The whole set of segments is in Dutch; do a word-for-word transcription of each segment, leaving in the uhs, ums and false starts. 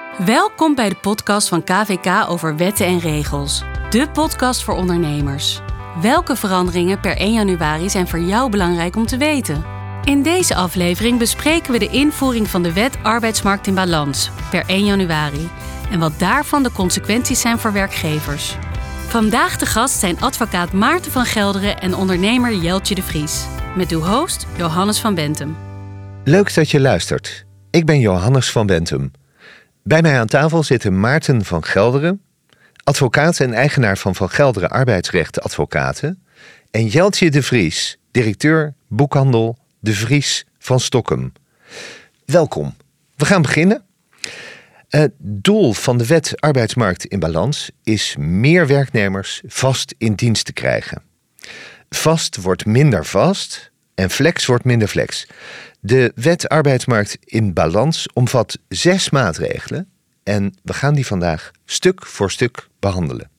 Welkom bij de podcast van K V K over wetten en regels. De podcast voor ondernemers. Welke veranderingen per één januari zijn voor jou belangrijk om te weten? In deze aflevering bespreken we de invoering van de wet arbeidsmarkt in balans per één januari en wat daarvan de consequenties zijn voor werkgevers. Vandaag de gast zijn advocaat Maarten van Gelderen en ondernemer Jeltje de Vries. Met uw host Johannes van Bentum. Leuk dat je luistert. Ik ben Johannes van Bentum. Bij mij aan tafel zitten Maarten van Gelderen, advocaat en eigenaar van Van Gelderen Arbeidsrecht Advocaten, en Jeltje de Vries, directeur boekhandel De Vries van Stokkum. Welkom. We gaan beginnen. Het doel van de wet arbeidsmarkt in balans is meer werknemers vast in dienst te krijgen. Vast wordt minder vast en flex wordt minder flex. De wet arbeidsmarkt in balans omvat zes maatregelen en we gaan die vandaag stuk voor stuk behandelen.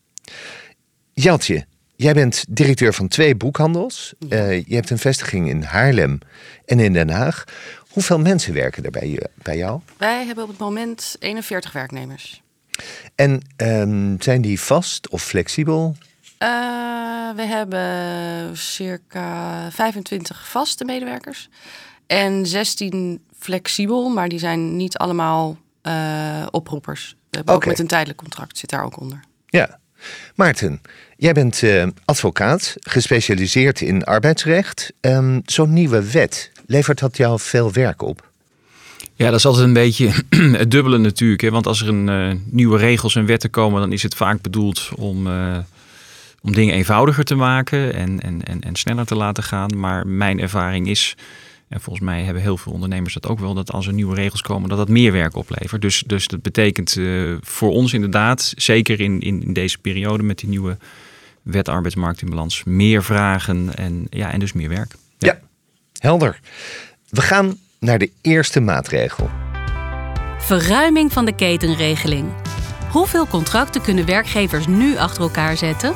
Jeltje, jij bent directeur van twee boekhandels. Uh, je hebt een vestiging in Haarlem en in Den Haag. Hoeveel mensen werken er bij, je, bij jou? Wij hebben op het moment eenenveertig werknemers. En um, zijn die vast of flexibel? Uh, we hebben circa vijfentwintig vaste medewerkers en zestien flexibel, maar die zijn niet allemaal uh, oproepers. We hebben okay. ook met een tijdelijk contract, zit daar ook onder. Ja. Maarten, jij bent uh, advocaat, gespecialiseerd in arbeidsrecht. Um, zo'n nieuwe wet, levert dat jou veel werk op? Ja, dat is altijd een beetje het dubbele natuurlijk. Hè? Want als er een uh, nieuwe regels en wetten komen, dan is het vaak bedoeld om, uh, om dingen eenvoudiger te maken en, en, en, en sneller te laten gaan. Maar mijn ervaring is, en volgens mij hebben heel veel ondernemers dat ook wel, dat als er nieuwe regels komen, dat dat meer werk oplevert. Dus, dus dat betekent uh, voor ons inderdaad, zeker in, in, in deze periode met die nieuwe wet arbeidsmarkt in balans, meer vragen en, ja, en dus meer werk. Ja. Ja, helder. We gaan naar de eerste maatregel. Verruiming van de ketenregeling. Hoeveel contracten kunnen werkgevers nu achter elkaar zetten?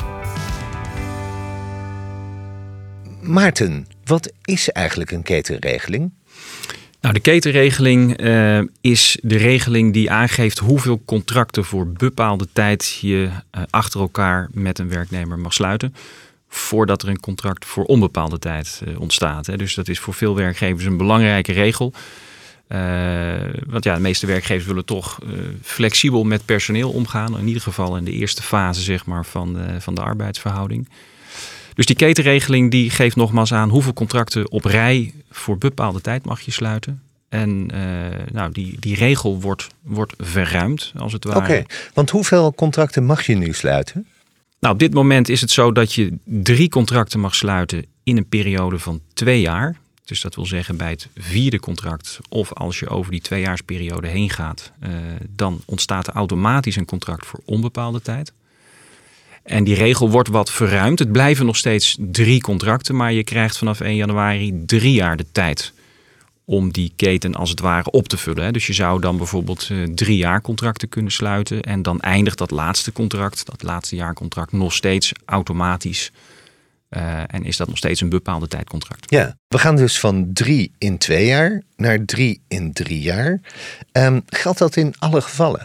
Maarten, wat is eigenlijk een ketenregeling? Nou, de ketenregeling uh, is de regeling die aangeeft hoeveel contracten voor bepaalde tijd je uh, achter elkaar met een werknemer mag sluiten, voordat er een contract voor onbepaalde tijd uh, ontstaat. Hè. Dus dat is voor veel werkgevers een belangrijke regel. Uh, want ja, de meeste werkgevers willen toch uh, flexibel met personeel omgaan. In ieder geval in de eerste fase, zeg maar, van de, van de arbeidsverhouding. Dus die ketenregeling die geeft nogmaals aan hoeveel contracten op rij voor bepaalde tijd mag je sluiten. En uh, nou, die, die regel wordt, wordt verruimd, als het ware. Oké, okay, want hoeveel contracten mag je nu sluiten? Nou, op dit moment is het zo dat je drie contracten mag sluiten in een periode van twee jaar. Dus dat wil zeggen bij het vierde contract of als je over die tweejaarsperiode heen gaat, uh, dan ontstaat er automatisch een contract voor onbepaalde tijd. En die regel wordt wat verruimd. Het blijven nog steeds drie contracten, maar je krijgt vanaf één januari drie jaar de tijd om die keten als het ware op te vullen. Dus je zou dan bijvoorbeeld uh, drie jaar contracten kunnen sluiten en dan eindigt dat laatste contract, dat laatste jaarcontract, nog steeds automatisch. Uh, en is dat nog steeds een bepaalde tijdcontract. Ja, we gaan dus van drie in twee jaar naar drie in drie jaar. Um, geldt dat in alle gevallen?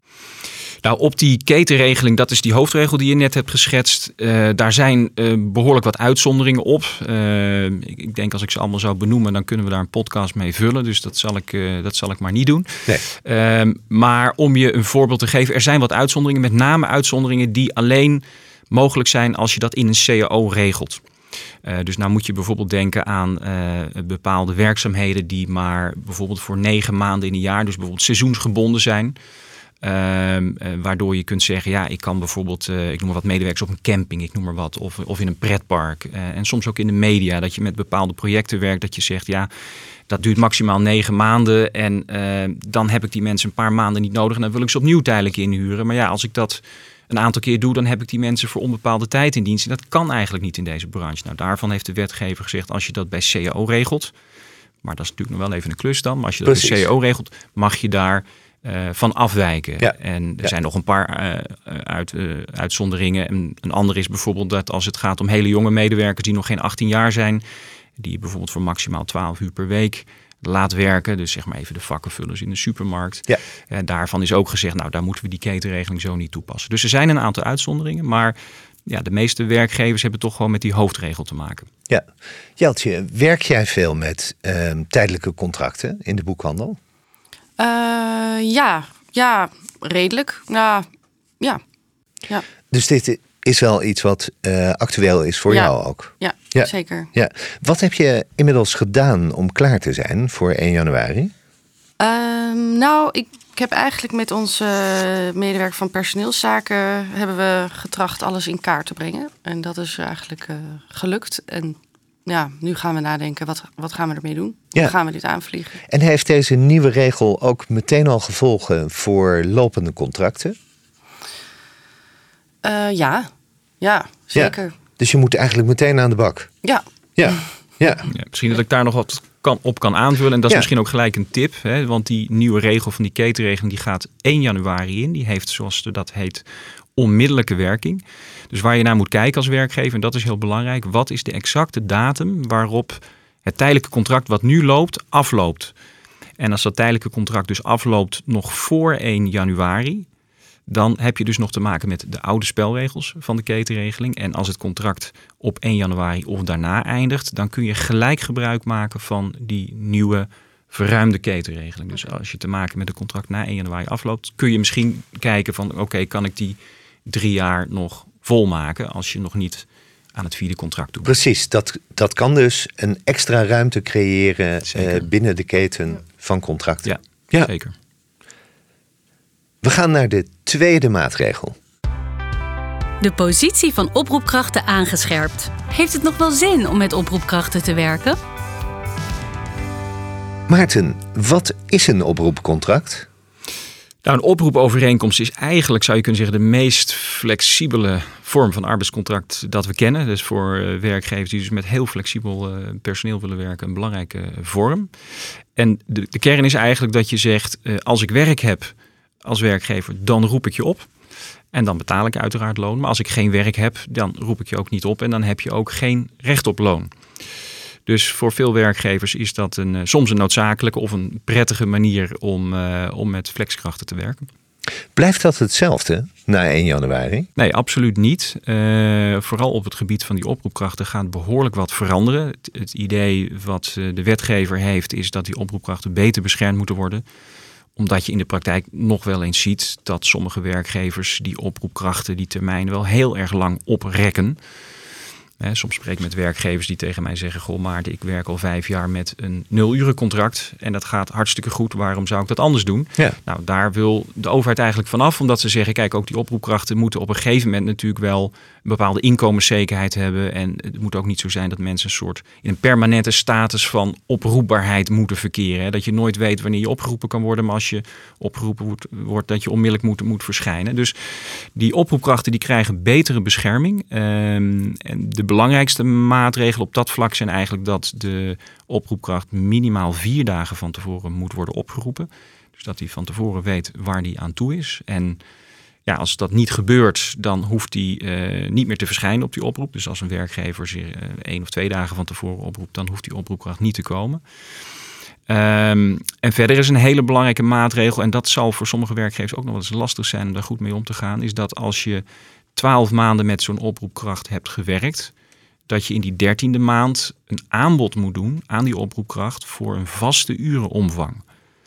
Nou, op die ketenregeling, dat is die hoofdregel die je net hebt geschetst. Uh, daar zijn uh, behoorlijk wat uitzonderingen op. Uh, ik, ik denk als ik ze allemaal zou benoemen, dan kunnen we daar een podcast mee vullen. Dus dat zal ik, uh, dat zal ik maar niet doen. Nee. Uh, maar om je een voorbeeld te geven, er zijn wat uitzonderingen. Met name uitzonderingen die alleen mogelijk zijn als je dat in een C A O regelt. Uh, dus nou moet je bijvoorbeeld denken aan uh, bepaalde werkzaamheden die maar bijvoorbeeld voor negen maanden in een jaar, dus bijvoorbeeld seizoensgebonden zijn. Uh, uh, waardoor je kunt zeggen, ja, ik kan bijvoorbeeld, uh, ik noem maar wat, medewerkers op een camping, ik noem maar wat, of, of in een pretpark. Uh, en soms ook in de media, dat je met bepaalde projecten werkt, dat je zegt, ja, dat duurt maximaal negen maanden en uh, dan heb ik die mensen een paar maanden niet nodig en dan wil ik ze opnieuw tijdelijk inhuren. Maar ja, als ik dat een aantal keer doe, dan heb ik die mensen voor onbepaalde tijd in dienst. En dat kan eigenlijk niet in deze branche. Nou, daarvan heeft de wetgever gezegd, als je dat bij C A O regelt, maar dat is natuurlijk nog wel even een klus dan, maar als je dat Precies. bij C A O regelt, mag je daar Uh, van afwijken. Ja. En er ja. zijn nog een paar uh, uit, uh, uitzonderingen. En een andere is bijvoorbeeld dat als het gaat om hele jonge medewerkers die nog geen achttien jaar zijn, die bijvoorbeeld voor maximaal twaalf uur per week laat werken. Dus zeg maar even de vakkenvullers in de supermarkt. Ja. En daarvan is ook gezegd, nou daar moeten we die ketenregeling zo niet toepassen. Dus er zijn een aantal uitzonderingen, maar ja, de meeste werkgevers hebben toch gewoon met die hoofdregel te maken. Ja. Jeltje, werk jij veel met uh, tijdelijke contracten in de boekhandel? Uh, ja, ja, redelijk. Nou, ja. ja. Dus dit is wel iets wat uh, actueel is voor ja. jou ook? Ja, Ja. zeker. Ja. Wat heb je inmiddels gedaan om klaar te zijn voor één januari? Um, nou, ik, ik heb eigenlijk met onze medewerker van personeelszaken hebben we getracht alles in kaart te brengen. En dat is eigenlijk uh, gelukt. En ja, nu gaan we nadenken, wat, wat gaan we ermee doen? Ja. Hoe gaan we dit aanvliegen? En heeft deze nieuwe regel ook meteen al gevolgen voor lopende contracten? Uh, ja, ja, zeker. Ja. Dus je moet eigenlijk meteen aan de bak. Ja. Ja, ja. Ja, misschien dat ik daar nog wat kan, op kan aanvullen. En dat is Ja. misschien ook gelijk een tip. Hè? Want die nieuwe regel van die ketenregeling die gaat één januari in. Die heeft, zoals dat heet, onmiddellijke werking. Dus waar je naar moet kijken als werkgever, en dat is heel belangrijk. Wat is de exacte datum waarop het tijdelijke contract wat nu loopt, afloopt? En als dat tijdelijke contract dus afloopt nog voor één januari... dan heb je dus nog te maken met de oude spelregels van de ketenregeling. En als het contract op één januari of daarna eindigt, dan kun je gelijk gebruik maken van die nieuwe verruimde ketenregeling. Dus als je te maken met een contract na één januari afloopt, kun je misschien kijken van oké, okay, kan ik die drie jaar nog volmaken als je nog niet aan het vierde contract doet. Precies, dat, dat kan dus een extra ruimte creëren uh, binnen de keten van contracten. Ja, ja, zeker. We gaan naar de tweede maatregel. De positie van oproepkrachten aangescherpt. Heeft het nog wel zin om met oproepkrachten te werken? Maarten, wat is een oproepcontract? Nou, een oproepovereenkomst is eigenlijk, zou je kunnen zeggen, de meest flexibele vorm van arbeidscontract dat we kennen. Dus voor uh, werkgevers die dus met heel flexibel uh, personeel willen werken, een belangrijke uh, vorm. En de, de kern is eigenlijk dat je zegt, uh, als ik werk heb als werkgever, dan roep ik je op. En dan betaal ik uiteraard loon. Maar als ik geen werk heb, dan roep ik je ook niet op. En dan heb je ook geen recht op loon. Dus voor veel werkgevers is dat een, uh, soms een noodzakelijke of een prettige manier om, uh, om met flexkrachten te werken. Blijft dat hetzelfde na één januari? Nee, absoluut niet. Uh, vooral op het gebied van die oproepkrachten gaat behoorlijk wat veranderen. Het, het idee wat uh, de wetgever heeft is dat die oproepkrachten beter beschermd moeten worden. Omdat je in de praktijk nog wel eens ziet dat sommige werkgevers die oproepkrachten, die termijn wel heel erg lang oprekken. He, soms spreek ik met werkgevers die tegen mij zeggen, goh Maarten, ik werk al vijf jaar met een nul-urencontract en dat gaat hartstikke goed. Waarom zou ik dat anders doen? Ja. Nou, daar wil de overheid eigenlijk vanaf, omdat ze zeggen, kijk, ook die oproepkrachten moeten op een gegeven moment natuurlijk wel een bepaalde inkomenszekerheid hebben. En het moet ook niet zo zijn dat mensen een soort in een permanente status van oproepbaarheid moeten verkeren. He, dat je nooit weet wanneer je opgeroepen kan worden, maar als je opgeroepen wordt, wordt dat je onmiddellijk moet, moet verschijnen. Dus die oproepkrachten die krijgen betere bescherming. Um, en de belangrijkste maatregelen op dat vlak zijn eigenlijk dat de oproepkracht minimaal vier dagen van tevoren moet worden opgeroepen. Dus dat hij van tevoren weet waar hij aan toe is. En ja, als dat niet gebeurt, dan hoeft hij uh, niet meer te verschijnen op die oproep. Dus als een werkgever zich uh, één of twee dagen van tevoren oproept, dan hoeft die oproepkracht niet te komen. Um, en verder is een hele belangrijke maatregel, en dat zal voor sommige werkgevers ook nog wel eens lastig zijn om daar goed mee om te gaan, is dat als je twaalf maanden met zo'n oproepkracht hebt gewerkt, dat je in die dertiende maand een aanbod moet doen aan die oproepkracht voor een vaste urenomvang.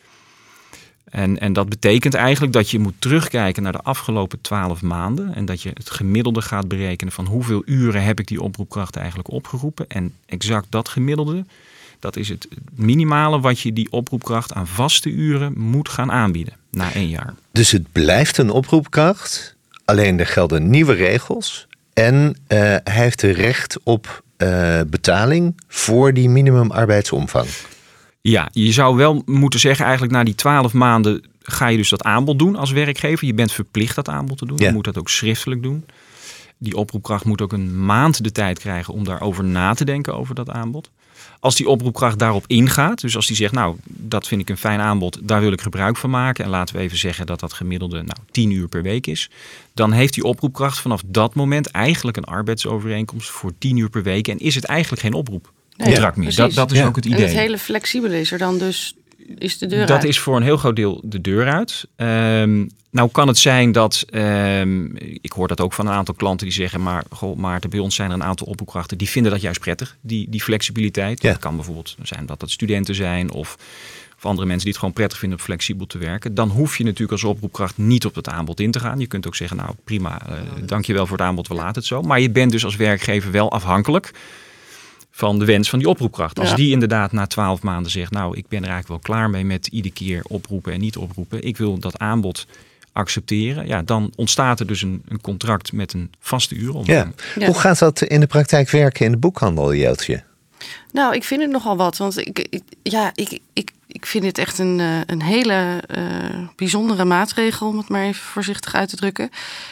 En, en dat betekent eigenlijk dat je moet terugkijken naar de afgelopen twaalf maanden en dat je het gemiddelde gaat berekenen van hoeveel uren heb ik die oproepkracht eigenlijk opgeroepen. En exact dat gemiddelde, dat is het minimale wat je die oproepkracht aan vaste uren moet gaan aanbieden na één jaar. Dus het blijft een oproepkracht, alleen er gelden nieuwe regels en uh, hij heeft er recht op uh, betaling voor die minimumarbeidsomvang. Ja, je zou wel moeten zeggen eigenlijk na die twaalf maanden ga je dus dat aanbod doen als werkgever. Je bent verplicht dat aanbod te doen. Ja. Je moet dat ook schriftelijk doen. Die oproepkracht moet ook een maand de tijd krijgen om daarover na te denken over dat aanbod. Als die oproepkracht daarop ingaat, dus als die zegt, nou, dat vind ik een fijn aanbod, daar wil ik gebruik van maken. En laten we even zeggen dat dat gemiddelde nou, tien uur per week is. Dan heeft die oproepkracht vanaf dat moment eigenlijk een arbeidsovereenkomst voor tien uur per week. En is het eigenlijk geen oproep. contract ja, meer. Dat, dat is ja. ook het idee. En het hele flexibele is er dan dus, is de deur dat uit. is voor een heel groot deel de deur uit. Um, nou kan het zijn dat, um, ik hoor dat ook van een aantal klanten die zeggen, maar goh, Maarten, bij ons zijn er een aantal oproepkrachten die vinden dat juist prettig, die, die flexibiliteit. Ja. Dat kan bijvoorbeeld zijn dat dat studenten zijn of, of andere mensen die het gewoon prettig vinden om flexibel te werken. Dan hoef je natuurlijk als oproepkracht niet op het aanbod in te gaan. Je kunt ook zeggen, nou prima, uh, dankjewel voor het aanbod, we laten het zo. Maar je bent dus als werkgever wel afhankelijk van de wens van die oproepkracht. Als ja. die inderdaad na twaalf maanden zegt, nou, ik ben er eigenlijk wel klaar mee met iedere keer oproepen en niet oproepen. Ik wil dat aanbod accepteren. Ja, dan ontstaat er dus een, een contract met een vaste uur. Ja. Ja. Hoe gaat dat in de praktijk werken in de boekhandel, Jeeltje? Nou, ik vind het nogal wat. Want ik, ik, ja, ik, ik, ik vind het echt een, een hele uh, bijzondere maatregel, om het maar even voorzichtig uit te drukken.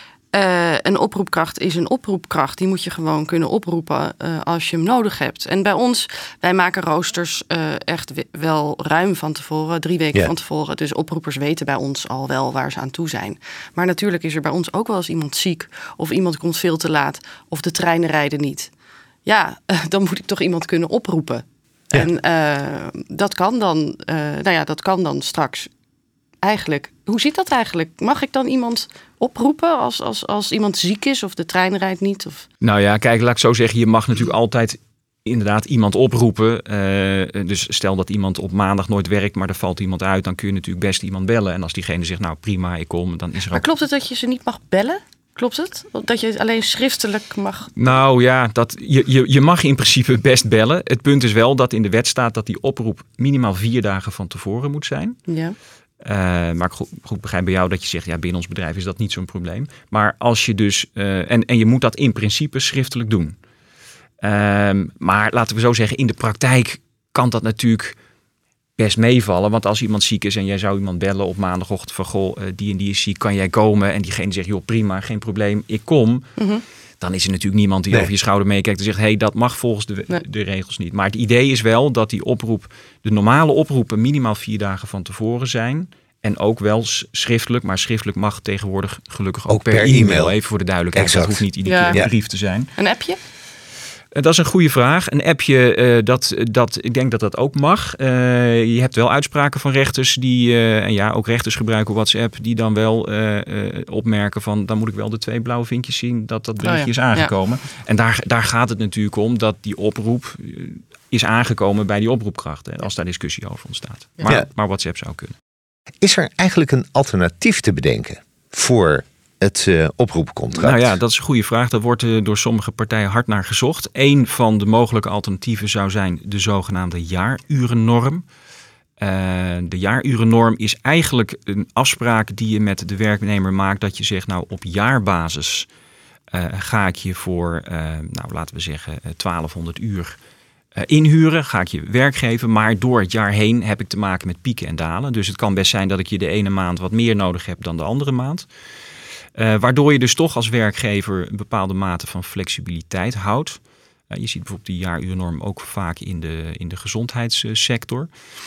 Uh, een oproepkracht is een oproepkracht. Die moet je gewoon kunnen oproepen uh, als je hem nodig hebt. En bij ons, wij maken roosters uh, echt wel ruim van tevoren, drie weken yeah. van tevoren. Dus oproepers weten bij ons al wel waar ze aan toe zijn. Maar natuurlijk is er bij ons ook wel eens iemand ziek, of iemand komt veel te laat, of de treinen rijden niet. Ja, uh, dan moet ik toch iemand kunnen oproepen. Ja. En uh, dat kan dan, uh, nou ja, dat kan dan straks. Eigenlijk, hoe zit dat eigenlijk? Mag ik dan iemand oproepen als, als, als iemand ziek is of de trein rijdt niet? Of... Nou ja, kijk, laat ik zo zeggen. Je mag natuurlijk altijd inderdaad iemand oproepen. Uh, dus stel dat iemand op maandag nooit werkt, maar er valt iemand uit. Dan kun je natuurlijk best iemand bellen. En als diegene zegt, nou prima, ik kom, dan is er Maar ook... klopt het dat je ze niet mag bellen? Klopt het? Dat je het alleen schriftelijk mag... Nou ja, dat, je, je, je mag in principe best bellen. Het punt is wel dat in de wet staat dat die oproep minimaal vier dagen van tevoren moet zijn. Ja. Uh, maar ik goed, goed begrijp bij jou dat je zegt, ja, binnen ons bedrijf is dat niet zo'n probleem. Maar als je dus, uh, en, en je moet dat in principe schriftelijk doen. Uh, maar laten we zo zeggen, in de praktijk kan dat natuurlijk best meevallen. Want als iemand ziek is en jij zou iemand bellen op maandagochtend van, goh, uh, die en die is ziek, kan jij komen? En diegene zegt, joh, prima, geen probleem, ik kom. Mm-hmm. Dan is er natuurlijk niemand die nee. over je schouder meekijkt en zegt, hé, hey, dat mag volgens de, nee. de regels niet. Maar het idee is wel dat die oproep, de normale oproepen minimaal vier dagen van tevoren zijn. En ook wel schriftelijk, maar schriftelijk mag tegenwoordig gelukkig ook, ook per, per e-mail. e-mail. Even voor de duidelijkheid, exact. Dat hoeft niet iedere ja. keer een brief te zijn. Een appje? Dat is een goede vraag. Een appje, uh, dat, dat, ik denk dat dat ook mag. Uh, je hebt wel uitspraken van rechters die, uh, en ja, ook rechters gebruiken WhatsApp, die dan wel uh, uh, opmerken van, dan moet ik wel de twee blauwe vinkjes zien dat dat berichtje oh ja. is aangekomen. Ja. En daar, daar gaat het natuurlijk om dat die oproep uh, is aangekomen bij die oproepkracht. Hè, als daar discussie over ontstaat. Ja. Maar, ja. maar WhatsApp zou kunnen. Is er eigenlijk een alternatief te bedenken voor het uh, oproepcontract? Nou ja, dat is een goede vraag. Daar wordt uh, door sommige partijen hard naar gezocht. Eén van de mogelijke alternatieven zou zijn de zogenaamde jaarurennorm. Uh, de jaarurennorm is eigenlijk een afspraak die je met de werknemer maakt. Dat je zegt, nou op jaarbasis uh, ga ik je voor, uh, nou laten we zeggen, uh, twaalfhonderd uur uh, inhuren. Ga ik je werk geven. Maar door het jaar heen heb ik te maken met pieken en dalen. Dus het kan best zijn dat ik je de ene maand wat meer nodig heb dan de andere maand. Uh, waardoor je dus toch als werkgever een bepaalde mate van flexibiliteit houdt. Uh, je ziet bijvoorbeeld die jaaruurnorm ook vaak in de, in de gezondheidssector.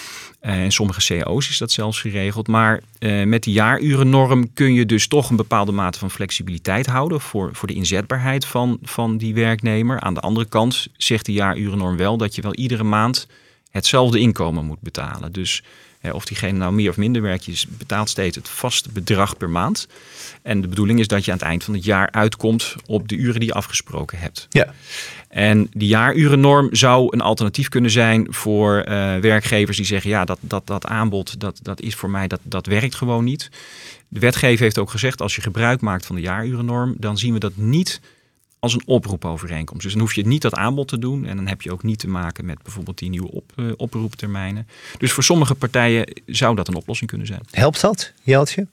Uh, in sommige C O's is dat zelfs geregeld. Maar uh, met die jaarurennorm kun je dus toch een bepaalde mate van flexibiliteit houden voor, voor de inzetbaarheid van, van die werknemer. Aan de andere kant zegt de jaarurennorm wel dat je wel iedere maand hetzelfde inkomen moet betalen. Dus of diegene nou meer of minder werkt, je betaalt steeds het vaste bedrag per maand. En de bedoeling is dat je aan het eind van het jaar uitkomt op de uren die je afgesproken hebt. Ja. En die jaarurennorm zou een alternatief kunnen zijn voor uh, werkgevers die zeggen, ja, dat, dat, dat aanbod, dat, dat is voor mij, dat, dat werkt gewoon niet. De wetgever heeft ook gezegd, als je gebruik maakt van de jaarurennorm, dan zien we dat niet als een oproepovereenkomst. Dus dan hoef je niet dat aanbod te doen. En dan heb je ook niet te maken met bijvoorbeeld die nieuwe op, uh, oproeptermijnen. Dus voor sommige partijen zou dat een oplossing kunnen zijn. Helpt dat, Jeeltje?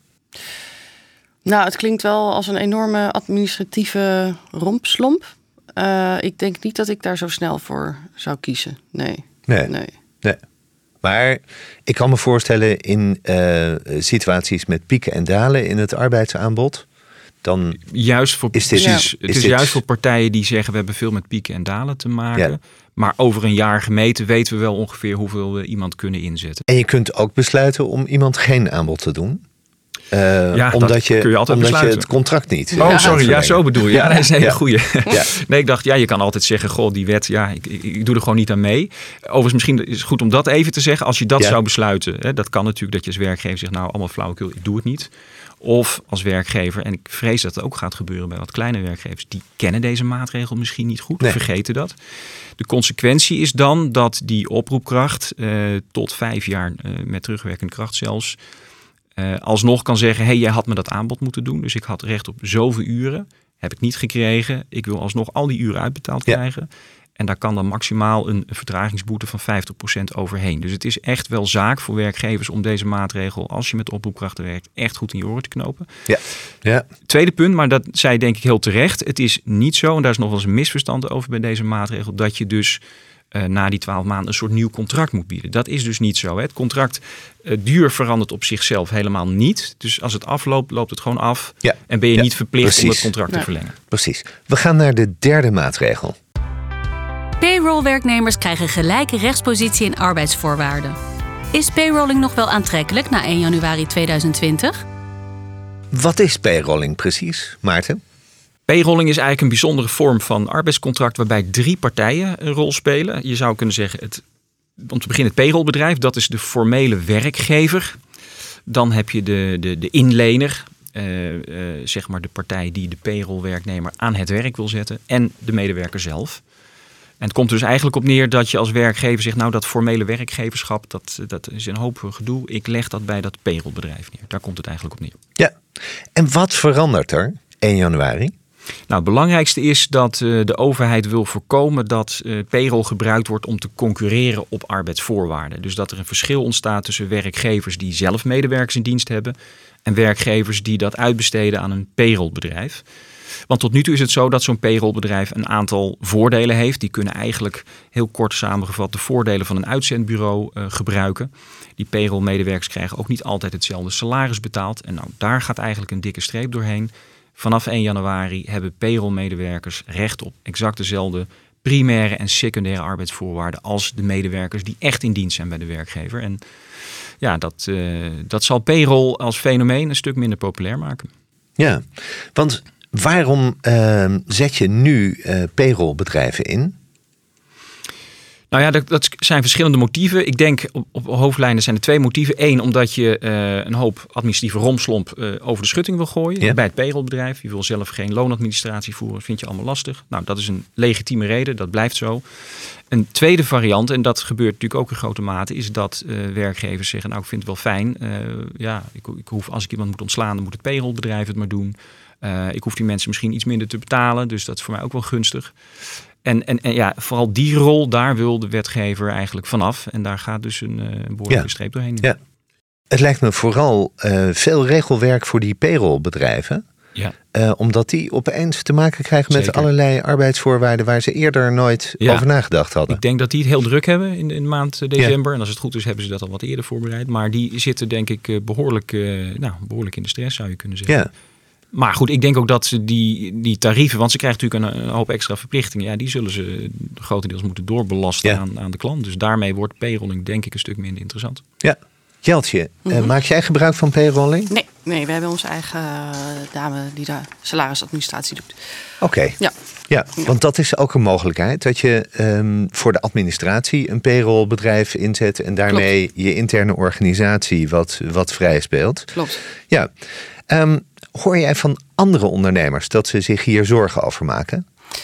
Nou, het klinkt wel als een enorme administratieve rompslomp. Uh, ik denk niet dat ik daar zo snel voor zou kiezen. Nee. Nee. nee. nee. Maar ik kan me voorstellen in uh, situaties met pieken en dalen in het arbeidsaanbod. Dan juist voor, is dit, precies, ja. het is is dit... juist voor partijen die zeggen we hebben veel met pieken en dalen te maken. Ja. Maar over een jaar gemeten weten we wel ongeveer hoeveel we iemand kunnen inzetten. En je kunt ook besluiten om iemand geen aanbod te doen? Uh, ja, omdat je, kun je altijd omdat besluiten. je het contract niet. Oh, sorry. Ja, zo bedoel je. Ja, dat is een hele ja. goeie. Ja. Nee, ik dacht, ja, je kan altijd zeggen, goh, die wet, ja, ik, ik, ik doe er gewoon niet aan mee. Overigens, misschien is het goed om dat even te zeggen. Als je dat ja. zou besluiten, hè, dat kan natuurlijk dat je als werkgever zegt, nou, allemaal flauwekul, ik doe het niet. Of als werkgever, en ik vrees dat het ook gaat gebeuren bij wat kleine werkgevers, die kennen deze maatregel misschien niet goed, nee. vergeten dat. De consequentie is dan dat die oproepkracht uh, tot vijf jaar uh, met terugwerkende kracht zelfs, uh, alsnog kan zeggen, hé, hey, jij had me dat aanbod moeten doen, dus ik had recht op zoveel uren, heb ik niet gekregen, ik wil alsnog al die uren uitbetaald ja. krijgen. En daar kan dan maximaal een vertragingsboete van vijftig procent overheen. Dus het is echt wel zaak voor werkgevers om deze maatregel, als je met oproepkrachten werkt, echt goed in je oren te knopen. Ja. Ja. Tweede punt, maar dat zei denk ik heel terecht. Het is niet zo, en daar is nog wel eens een misverstand over bij deze maatregel, dat je dus uh, na die twaalf maanden een soort nieuw contract moet bieden. Dat is dus niet zo. Hè. Het contract uh, duur verandert op zichzelf helemaal niet. Dus als het afloopt, loopt het gewoon af. Ja. En ben je ja. niet verplicht Precies. om het contract nee. te verlengen. Precies. We gaan naar de derde maatregel. Payroll-werknemers krijgen gelijke rechtspositie in arbeidsvoorwaarden. Is payrolling nog wel aantrekkelijk na één januari tweeduizend twintig? Wat is payrolling precies, Maarten? Payrolling is eigenlijk een bijzondere vorm van arbeidscontract waarbij drie partijen een rol spelen. Je zou kunnen zeggen, het, om te beginnen het payrollbedrijf, dat is de formele werkgever. Dan heb je de, de, de inlener, uh, uh, zeg maar de partij die de payrollwerknemer aan het werk wil zetten, en de medewerker zelf. En het komt dus eigenlijk op neer dat je als werkgever zegt, nou dat formele werkgeverschap, dat, dat is een hoop gedoe. Ik leg dat bij dat payrollbedrijf neer. Daar komt het eigenlijk op neer. Ja, en wat verandert er één januari? Nou, het belangrijkste is dat uh, de overheid wil voorkomen dat uh, payroll gebruikt wordt om te concurreren op arbeidsvoorwaarden. Dus dat er een verschil ontstaat tussen werkgevers die zelf medewerkers in dienst hebben en werkgevers die dat uitbesteden aan een payrollbedrijf. Want tot nu toe is het zo dat zo'n payrollbedrijf een aantal voordelen heeft. Die kunnen eigenlijk heel kort samengevat de voordelen van een uitzendbureau uh, gebruiken. Die payrollmedewerkers krijgen ook niet altijd hetzelfde salaris betaald. En nou, daar gaat eigenlijk een dikke streep doorheen. Vanaf één januari hebben payrollmedewerkers recht op exact dezelfde primaire en secundaire arbeidsvoorwaarden als de medewerkers die echt in dienst zijn bij de werkgever. En ja, dat, uh, dat zal payroll als fenomeen een stuk minder populair maken. Ja, want waarom uh, zet je nu uh, payrollbedrijven in? Nou ja, dat, dat zijn verschillende motieven. Ik denk op, op hoofdlijnen zijn er twee motieven. Eén, omdat je uh, een hoop administratieve romslomp uh, over de schutting wil gooien. Ja. Bij het payrollbedrijf. Je wil zelf geen loonadministratie voeren. Dat vind je allemaal lastig. Nou, dat is een legitieme reden. Dat blijft zo. Een tweede variant, en dat gebeurt natuurlijk ook in grote mate, is dat uh, werkgevers zeggen, nou ik vind het wel fijn. Uh, ja, ik, ik hoef, als ik iemand moet ontslaan, dan moet het payrollbedrijf het maar doen. Uh, ik hoef die mensen misschien iets minder te betalen. Dus dat is voor mij ook wel gunstig. En, en, en ja, vooral die rol, daar wil de wetgever eigenlijk vanaf. En daar gaat dus een, een behoorlijke ja. streep doorheen. Ja. Het lijkt me vooral uh, veel regelwerk voor die payrollbedrijven. Ja. Uh, omdat die opeens te maken krijgen met Zeker. allerlei arbeidsvoorwaarden waar ze eerder nooit ja. over nagedacht hadden. Ik denk dat die het heel druk hebben in, in de maand december. Ja. En als het goed is, hebben ze dat al wat eerder voorbereid. Maar die zitten denk ik behoorlijk, uh, nou, behoorlijk in de stress, zou je kunnen zeggen. Ja. Maar goed, ik denk ook dat ze die, die tarieven, want ze krijgen natuurlijk een, een hoop extra verplichtingen. Ja, die zullen ze grotendeels moeten doorbelasten ja. aan, aan de klant. Dus daarmee wordt payrolling denk ik een stuk minder interessant. Ja. Jeltje, mm-hmm. uh, maak jij gebruik van payrolling? Nee, nee, we hebben onze eigen uh, dame die de salarisadministratie doet. Oké. Okay. Ja. Ja, want dat is ook een mogelijkheid. Dat je um, voor de administratie een payrollbedrijf inzet en daarmee Klopt. je interne organisatie wat, wat vrij speelt. Klopt. Ja. Um, hoor jij van andere ondernemers dat ze zich hier zorgen over maken?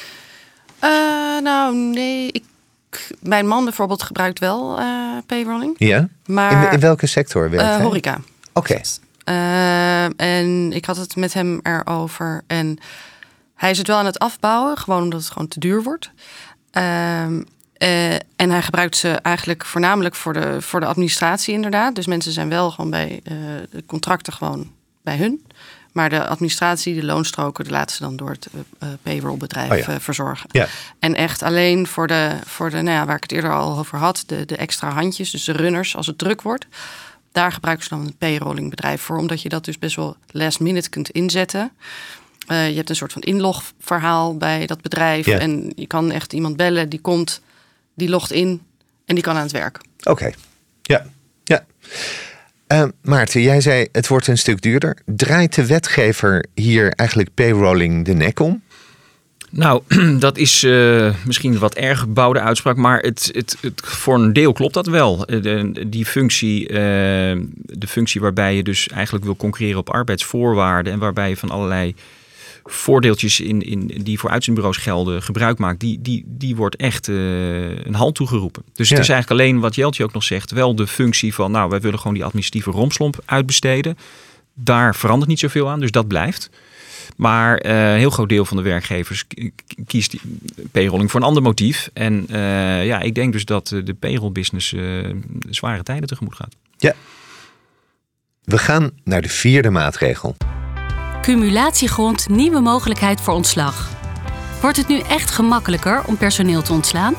Uh, nou, nee. Ik, mijn man bijvoorbeeld gebruikt wel uh, payrolling. Ja? Maar, in, in welke sector werkt uh, hij? Horeca. Oké. Okay. Uh, en ik had het met hem erover. En hij is het wel aan het afbouwen. Gewoon omdat het gewoon te duur wordt. Uh, uh, en hij gebruikt ze eigenlijk voornamelijk voor de, voor de administratie inderdaad. Dus mensen zijn wel gewoon bij uh, de contracten gewoon bij hun. Maar de administratie, de loonstroken, die laten ze dan door het uh, payrollbedrijf oh ja. uh, verzorgen. Ja. En echt alleen voor de, voor de nou ja, waar ik het eerder al over had, de, de extra handjes, dus de runners als het druk wordt. Daar gebruiken ze dan een payrollingbedrijf voor, omdat je dat dus best wel last minute kunt inzetten. Uh, je hebt een soort van inlogverhaal bij dat bedrijf. Ja. En je kan echt iemand bellen, die komt, die logt in en die kan aan het werk. Oké, okay. ja. ja. Uh, Maarten, jij zei het wordt een stuk duurder. Draait de wetgever hier eigenlijk payrolling de nek om? Nou, dat is uh, misschien een wat erg gebouwde uitspraak, maar het, het, het, voor een deel klopt dat wel. De, die functie, uh, de functie waarbij je dus eigenlijk wil concurreren op arbeidsvoorwaarden en waarbij je van allerlei voordeeltjes in, in, die voor uitzendbureaus gelden gebruik maakt, die, die, die wordt echt uh, een halt toegeroepen. Dus ja. Het is eigenlijk alleen wat Jeltje ook nog zegt, wel de functie van, nou, wij willen gewoon die administratieve rompslomp uitbesteden. Daar verandert niet zoveel aan, dus dat blijft. Maar uh, een heel groot deel van de werkgevers kiest die payrolling voor een ander motief. En uh, ja, ik denk dus dat de payroll-business uh, zware tijden tegemoet gaat. Ja. We gaan naar de vierde maatregel. Cumulatiegrond, nieuwe mogelijkheid voor ontslag. Wordt het nu echt gemakkelijker om personeel te ontslaan?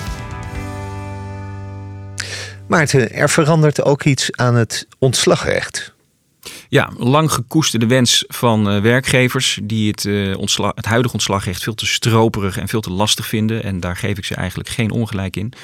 Maarten, er verandert ook iets aan het ontslagrecht. Ja, lang gekoesterde wens van uh, werkgevers die het, uh, ontslag, het huidige ontslagrecht veel te stroperig en veel te lastig vinden. En daar geef ik ze eigenlijk geen ongelijk in.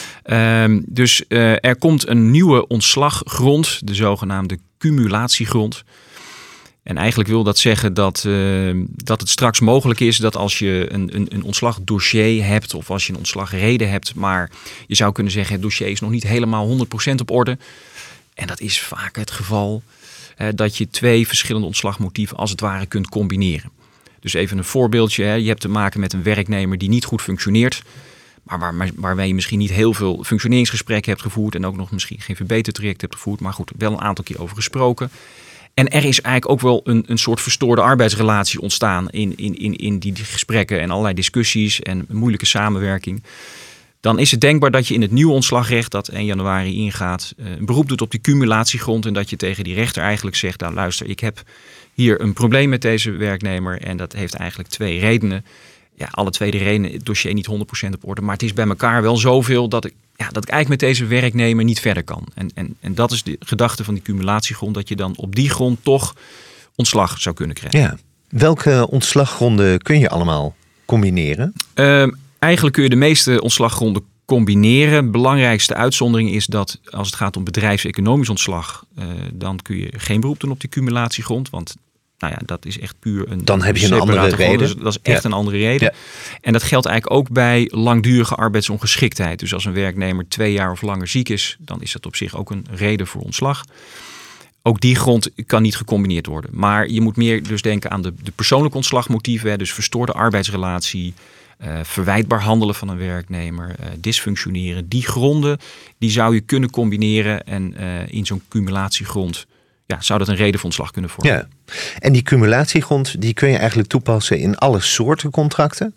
Um, dus uh, er komt een nieuwe ontslaggrond, de zogenaamde cumulatiegrond. En eigenlijk wil dat zeggen dat, uh, dat het straks mogelijk is dat als je een, een, een ontslagdossier hebt of als je een ontslagreden hebt, maar je zou kunnen zeggen het dossier is nog niet helemaal honderd procent op orde. En dat is vaak het geval. Dat je twee verschillende ontslagmotieven als het ware kunt combineren. Dus even een voorbeeldje. Je hebt te maken met een werknemer die niet goed functioneert. Maar waar, waarmee je misschien niet heel veel functioneringsgesprekken hebt gevoerd. En ook nog misschien geen verbetertraject hebt gevoerd. Maar goed, wel een aantal keer over gesproken. En er is eigenlijk ook wel een, een soort verstoorde arbeidsrelatie ontstaan in, in, in, in die gesprekken en allerlei discussies en moeilijke samenwerking. Dan is het denkbaar dat je in het nieuwe ontslagrecht dat één januari ingaat een beroep doet op die cumulatiegrond en dat je tegen die rechter eigenlijk zegt, nou luister, ik heb hier een probleem met deze werknemer en dat heeft eigenlijk twee redenen. Ja, alle twee de redenen, het dossier niet honderd procent op orde, maar het is bij elkaar wel zoveel dat ik, ja, dat ik eigenlijk met deze werknemer niet verder kan. En, en, en dat is de gedachte van die cumulatiegrond, dat je dan op die grond toch ontslag zou kunnen krijgen. Ja. Welke ontslaggronden kun je allemaal combineren? Uh, Eigenlijk kun je de meeste ontslaggronden combineren. Belangrijkste uitzondering is dat als het gaat om bedrijfseconomisch ontslag, uh, dan kun je geen beroep doen op die cumulatiegrond. Want nou ja, dat is echt puur een. Dan heb je een andere reden. Dus dat is echt ja. een andere reden. Ja. En dat geldt eigenlijk ook bij langdurige arbeidsongeschiktheid. Dus als een werknemer twee jaar of langer ziek is, dan is dat op zich ook een reden voor ontslag. Ook die grond kan niet gecombineerd worden. Maar je moet meer dus denken aan de, de persoonlijke ontslagmotieven. Hè, dus verstoorde arbeidsrelatie. Uh, verwijtbaar handelen van een werknemer, uh, dysfunctioneren. Die gronden die zou je kunnen combineren en uh, in zo'n cumulatiegrond ja, zou dat een reden voor ontslag kunnen vormen. Ja. En die cumulatiegrond die kun je eigenlijk toepassen in alle soorten contracten?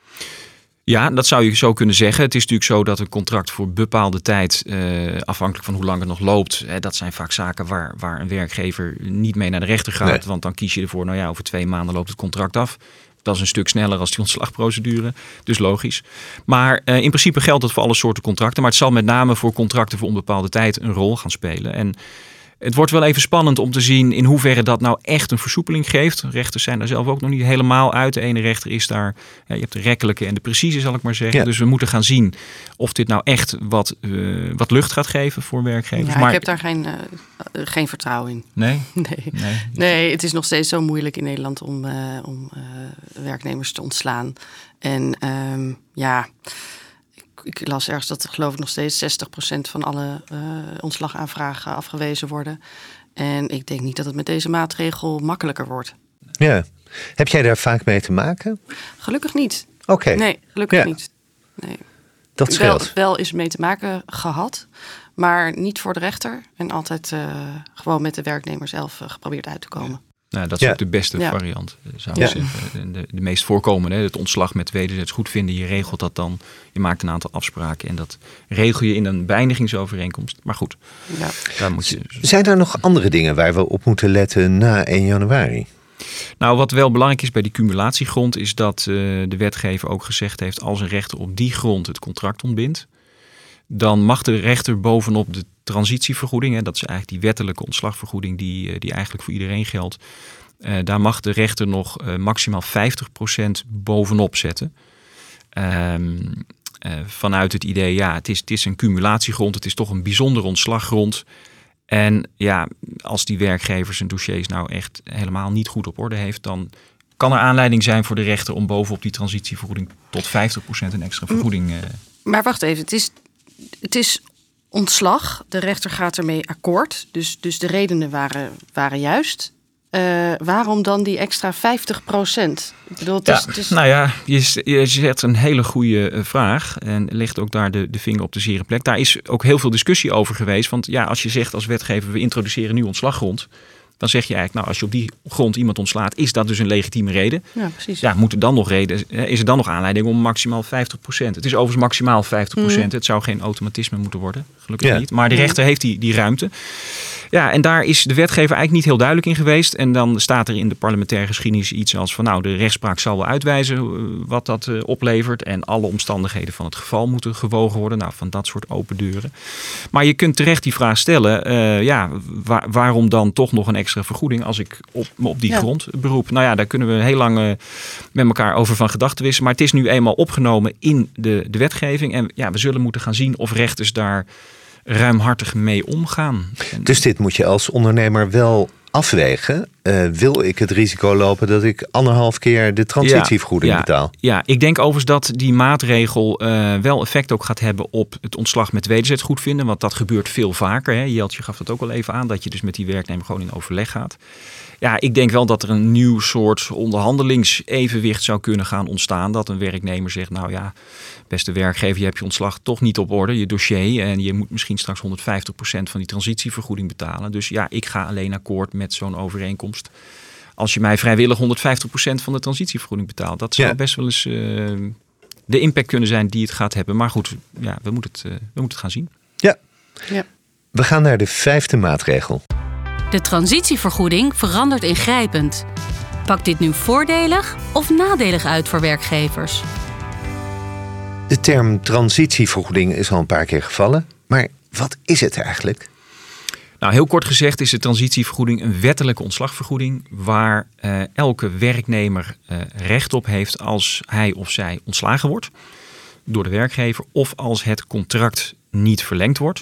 Ja, dat zou je zo kunnen zeggen. Het is natuurlijk zo dat een contract voor bepaalde tijd, uh, afhankelijk van hoe lang het nog loopt, hè, dat zijn vaak zaken waar, waar een werkgever niet mee naar de rechter gaat. Nee. Want dan kies je ervoor, nou ja, over twee maanden loopt het contract af. Dat is een stuk sneller als die ontslagprocedure, dus logisch. Maar uh, in principe geldt dat voor alle soorten contracten. Maar het zal met name voor contracten voor onbepaalde tijd een rol gaan spelen. En het wordt wel even spannend om te zien in hoeverre dat nou echt een versoepeling geeft. Rechters zijn daar zelf ook nog niet helemaal uit. De ene rechter is daar, ja, je hebt de rekkelijke en de precieze zal ik maar zeggen. Ja. Dus we moeten gaan zien of dit nou echt wat, uh, wat lucht gaat geven voor werkgevers. Ja, maar ik heb daar geen, uh, geen vertrouwen in. Nee? Nee. nee? Nee, het is nog steeds zo moeilijk in Nederland om, uh, om uh, werknemers te ontslaan. En um, ja... Ik las ergens dat geloof ik nog steeds zestig procent van alle uh, ontslagaanvragen afgewezen worden. En ik denk niet dat het met deze maatregel makkelijker wordt. Ja. Heb jij daar vaak mee te maken? Gelukkig niet. Oké. Okay. Nee, gelukkig ja. niet. Nee. Dat scheelt. Wel, wel is mee te maken gehad, maar niet voor de rechter. En altijd uh, gewoon met de werknemer zelf uh, geprobeerd uit te komen. Nou, dat is ja. ook de beste ja. variant, zou ik ja. zeggen. De, de meest voorkomende, het ontslag met wederzijds goedvinden. Je regelt dat dan, je maakt een aantal afspraken en dat regel je in een beëindigingsovereenkomst. Maar goed, ja. daar moet je... Zijn er nog andere dingen waar we op moeten letten na één januari? Nou, wat wel belangrijk is bij die cumulatiegrond is dat uh, de wetgever ook gezegd heeft, als een rechter op die grond het contract ontbindt, dan mag de rechter bovenop de transitievergoeding, hè, dat is eigenlijk die wettelijke ontslagvergoeding die, die eigenlijk voor iedereen geldt. Uh, daar mag de rechter nog uh, maximaal vijftig procent bovenop zetten. Um, uh, vanuit het idee, ja, het is, het is een cumulatiegrond, het is toch een bijzondere ontslaggrond. En ja, als die werkgever zijn dossiers nou echt helemaal niet goed op orde heeft, dan kan er aanleiding zijn voor de rechter om bovenop die transitievergoeding tot vijftig procent een extra vergoeding. Uh... Maar wacht even, het is, het is ontslag. De rechter gaat ermee akkoord. Dus, dus de redenen waren, waren juist. Uh, waarom dan die extra vijftig procent? Ik bedoel, het ja, is, het is... Nou ja, je, je zet een hele goede uh, vraag en legt ook daar de, de vinger op de zere plek. Daar is ook heel veel discussie over geweest. Want ja, als je zegt als wetgever, we introduceren nu ontslaggrond, dan zeg je eigenlijk, nou, als je op die grond iemand ontslaat, is dat dus een legitieme reden. Ja, precies. Ja, moet er dan nog reden, is er dan nog aanleiding om maximaal vijftig procent? Het is overigens maximaal vijftig procent. Mm. Het zou geen automatisme moeten worden, gelukkig ja. niet. Maar de rechter heeft die, die ruimte. Ja, en daar is de wetgever eigenlijk niet heel duidelijk in geweest. En dan staat er in de parlementaire geschiedenis iets als van, nou, de rechtspraak zal wel uitwijzen wat dat uh, oplevert. En alle omstandigheden van het geval moeten gewogen worden. Nou, van dat soort open deuren. Maar je kunt terecht die vraag stellen, uh, ja, waar, waarom dan toch nog een extra vergoeding als ik op, me op die ja. grond beroep? Nou ja, daar kunnen we heel lang uh, met elkaar over van gedachten wisselen. Maar het is nu eenmaal opgenomen in de, de wetgeving. En ja, we zullen moeten gaan zien of rechters daar ruimhartig mee omgaan. Dus dit moet je als ondernemer wel afwegen. Uh, wil ik het risico lopen dat ik anderhalf keer de transitievergoeding ja, ja, betaal? Ja, ik denk overigens dat die maatregel uh, wel effect ook gaat hebben op het ontslag met wederzijds goedvinden. Want dat gebeurt veel vaker. Hè. Jeltje gaf dat ook al even aan, dat je dus met die werknemer gewoon in overleg gaat. Ja, ik denk wel dat er een nieuw soort onderhandelingsevenwicht zou kunnen gaan ontstaan. Dat een werknemer zegt, nou ja, beste werkgever, je hebt je ontslag toch niet op orde, je dossier. En je moet misschien straks honderdvijftig procent van die transitievergoeding betalen. Dus ja, ik ga alleen akkoord met zo'n overeenkomst. Als je mij vrijwillig honderdvijftig procent van de transitievergoeding betaalt. Dat zou ja. best wel eens uh, de impact kunnen zijn die het gaat hebben. Maar goed, ja, we moeten het, uh, we moeten het gaan zien. Ja. ja. We gaan naar de vijfde maatregel. De transitievergoeding verandert ingrijpend. Pakt dit nu voordelig of nadelig uit voor werkgevers? De term transitievergoeding is al een paar keer gevallen. Maar wat is het eigenlijk? Nou, heel kort gezegd is de transitievergoeding een wettelijke ontslagvergoeding waar uh, elke werknemer uh, recht op heeft als hij of zij ontslagen wordt door de werkgever of als het contract niet verlengd wordt.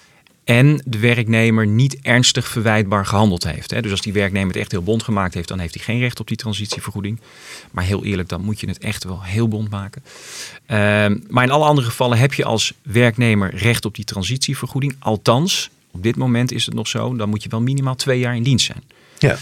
En de werknemer niet ernstig verwijtbaar gehandeld heeft. Dus als die werknemer het echt heel bond gemaakt heeft, dan heeft hij geen recht op die transitievergoeding. Maar heel eerlijk, dan moet je het echt wel heel bond maken. Uh, maar in alle andere gevallen heb je als werknemer recht op die transitievergoeding. Althans, op dit moment is het nog zo, dan moet je wel minimaal twee jaar in dienst zijn. Ja.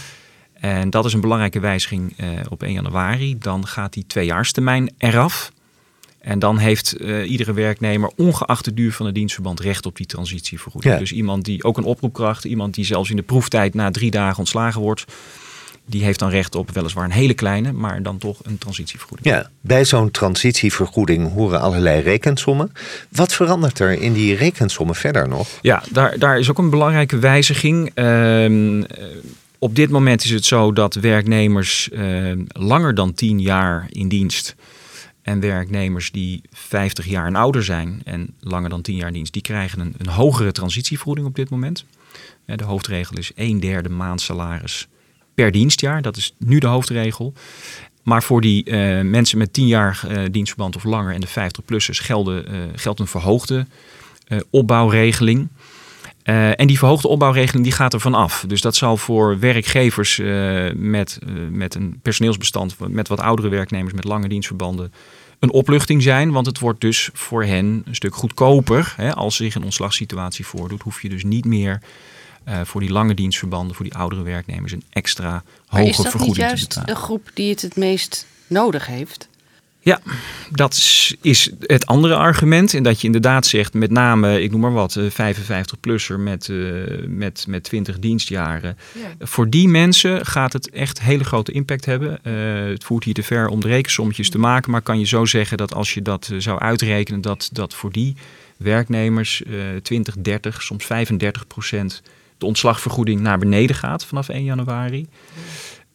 En dat is een belangrijke wijziging uh, op één januari. Dan gaat die tweejaarstermijn eraf. En dan heeft uh, iedere werknemer, ongeacht de duur van het dienstverband, recht op die transitievergoeding. Ja. Dus iemand die ook een oproepkracht, iemand die zelfs in de proeftijd na drie dagen ontslagen wordt, die heeft dan recht op weliswaar een hele kleine, maar dan toch een transitievergoeding. Ja, bij zo'n transitievergoeding horen allerlei rekensommen. Wat verandert er in die rekensommen verder nog? Ja, daar, daar is ook een belangrijke wijziging. Uh, op dit moment is het zo dat werknemers uh, langer dan tien jaar in dienst en werknemers die vijftig jaar en ouder zijn en langer dan tien jaar in dienst, die krijgen een, een hogere transitievergoeding op dit moment. De hoofdregel is een derde maandsalaris per dienstjaar. Dat is nu de hoofdregel. Maar voor die uh, mensen met tien jaar uh, dienstverband of langer en de vijftig-plussers gelden, uh, geldt een verhoogde uh, opbouwregeling. Uh, en die verhoogde opbouwregeling die gaat er van af. Dus dat zal voor werkgevers uh, met, uh, met een personeelsbestand met wat oudere werknemers met lange dienstverbanden een opluchting zijn. Want het wordt dus voor hen een stuk goedkoper. Hè, als zich een ontslagssituatie voordoet, hoef je dus niet meer Uh, voor die lange dienstverbanden, voor die oudere werknemers een extra hoge vergoeding te betalen. Maar is dat niet juist de groep die het het meest nodig heeft? Ja, dat is het andere argument. En dat je inderdaad zegt, met name, ik noem maar wat, vijfenvijftig-plusser met, uh, met, met twintig dienstjaren. Ja. Voor die mensen gaat het echt hele grote impact hebben. Uh, het voert hier te ver om de rekensommetjes te maken. Maar kan je zo zeggen dat als je dat uh, zou uitrekenen, dat, dat voor die werknemers uh, twintig, dertig, soms vijfendertig procent de ontslagvergoeding naar beneden gaat vanaf één januari.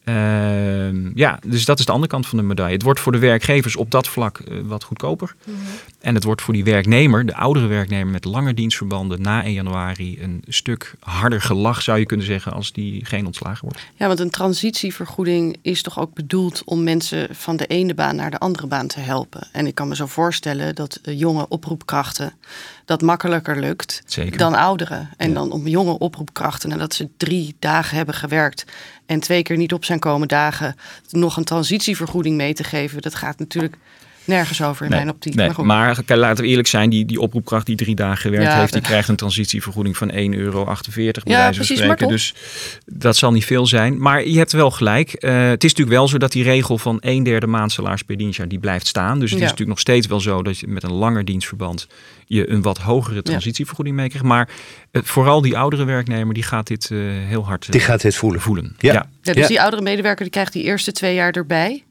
Uh, ja, dus dat is de andere kant van de medaille. Het wordt voor de werkgevers op dat vlak uh, wat goedkoper. Mm-hmm. En het wordt voor die werknemer, de oudere werknemer met lange dienstverbanden na één januari een stuk harder gelach, zou je kunnen zeggen, als die geen ontslagen wordt. Ja, want een transitievergoeding is toch ook bedoeld om mensen van de ene baan naar de andere baan te helpen. En ik kan me zo voorstellen dat uh, jonge oproepkrachten dat makkelijker lukt Zeker. dan ouderen. En ja. dan om jonge oproepkrachten, nadat ze drie dagen hebben gewerkt en twee keer niet op zijn komen dagen, nog een transitievergoeding mee te geven, dat gaat natuurlijk nergens over in nee, mijn optiek. Nee, maar, maar laten we eerlijk zijn, die, die oproepkracht die drie dagen gewerkt ja, heeft, die krijgt een transitievergoeding van één euro achtenveertig bij ja, wijze van precies, spreken. Dus dat zal niet veel zijn. Maar je hebt wel gelijk. Uh, het is natuurlijk wel zo dat die regel van een derde maandsalaris per dienstjaar, die blijft staan. Dus het ja. is natuurlijk nog steeds wel zo dat je met een langer dienstverband je een wat hogere transitievergoeding ja. meekrijgt. Maar uh, vooral die oudere werknemer, die gaat dit uh, heel hard uh, die gaat dit voelen. voelen. Ja. Ja. Ja, dus ja. die oudere medewerker die krijgt die eerste twee jaar erbij?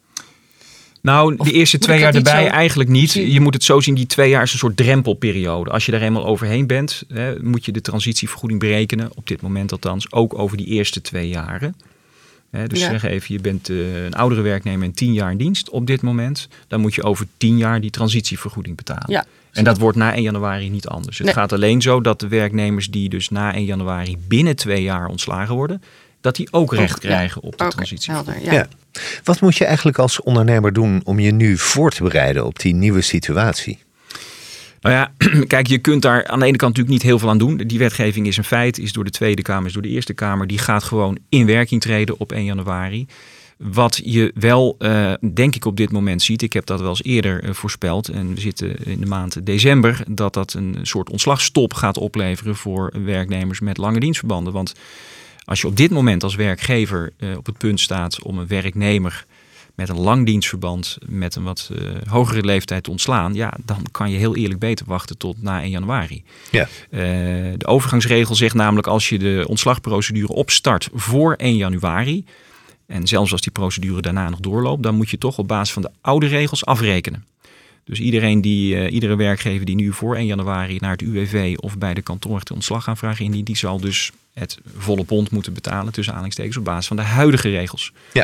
Nou, de eerste twee jaar erbij zo... eigenlijk niet. Je moet het zo zien, die twee jaar is een soort drempelperiode. Als je daar eenmaal overheen bent, hè, moet je de transitievergoeding berekenen, op dit moment althans, ook over die eerste twee jaren. Hè, dus ja. zeg even, je bent uh, een oudere werknemer en tien jaar in dienst op dit moment. Dan moet je over tien jaar die transitievergoeding betalen. Ja. En dat wordt na één januari niet anders. Het nee. gaat alleen zo dat de werknemers die dus na één januari binnen twee jaar ontslagen worden, dat die ook recht ook, krijgen ja. op de okay. transitievergoeding. Ja. Ja. Wat moet je eigenlijk als ondernemer doen om je nu voor te bereiden op die nieuwe situatie? Nou ja, kijk, je kunt daar aan de ene kant natuurlijk niet heel veel aan doen. Die wetgeving is een feit, is door de Tweede Kamer, is door de Eerste Kamer. Die gaat gewoon in werking treden op één januari. Wat je wel, uh, denk ik op dit moment ziet, ik heb dat wel eens eerder uh, voorspeld, en we zitten in de maand december, dat dat een soort ontslagstop gaat opleveren voor werknemers met lange dienstverbanden. Want als je op dit moment als werkgever uh, op het punt staat om een werknemer met een lang dienstverband met een wat uh, hogere leeftijd te ontslaan, ja, dan kan je heel eerlijk beter wachten tot na één januari. Ja. Uh, de overgangsregel zegt namelijk, als je de ontslagprocedure opstart voor één januari, en zelfs als die procedure daarna nog doorloopt, dan moet je toch op basis van de oude regels afrekenen. Dus iedereen die, uh, iedere werkgever die nu voor één januari naar het U W V of bij de kantoorrechter ontslagaanvraag indient, die zal dus het volle pond moeten betalen, tussen aanhalingstekens, op basis van de huidige regels. Ja.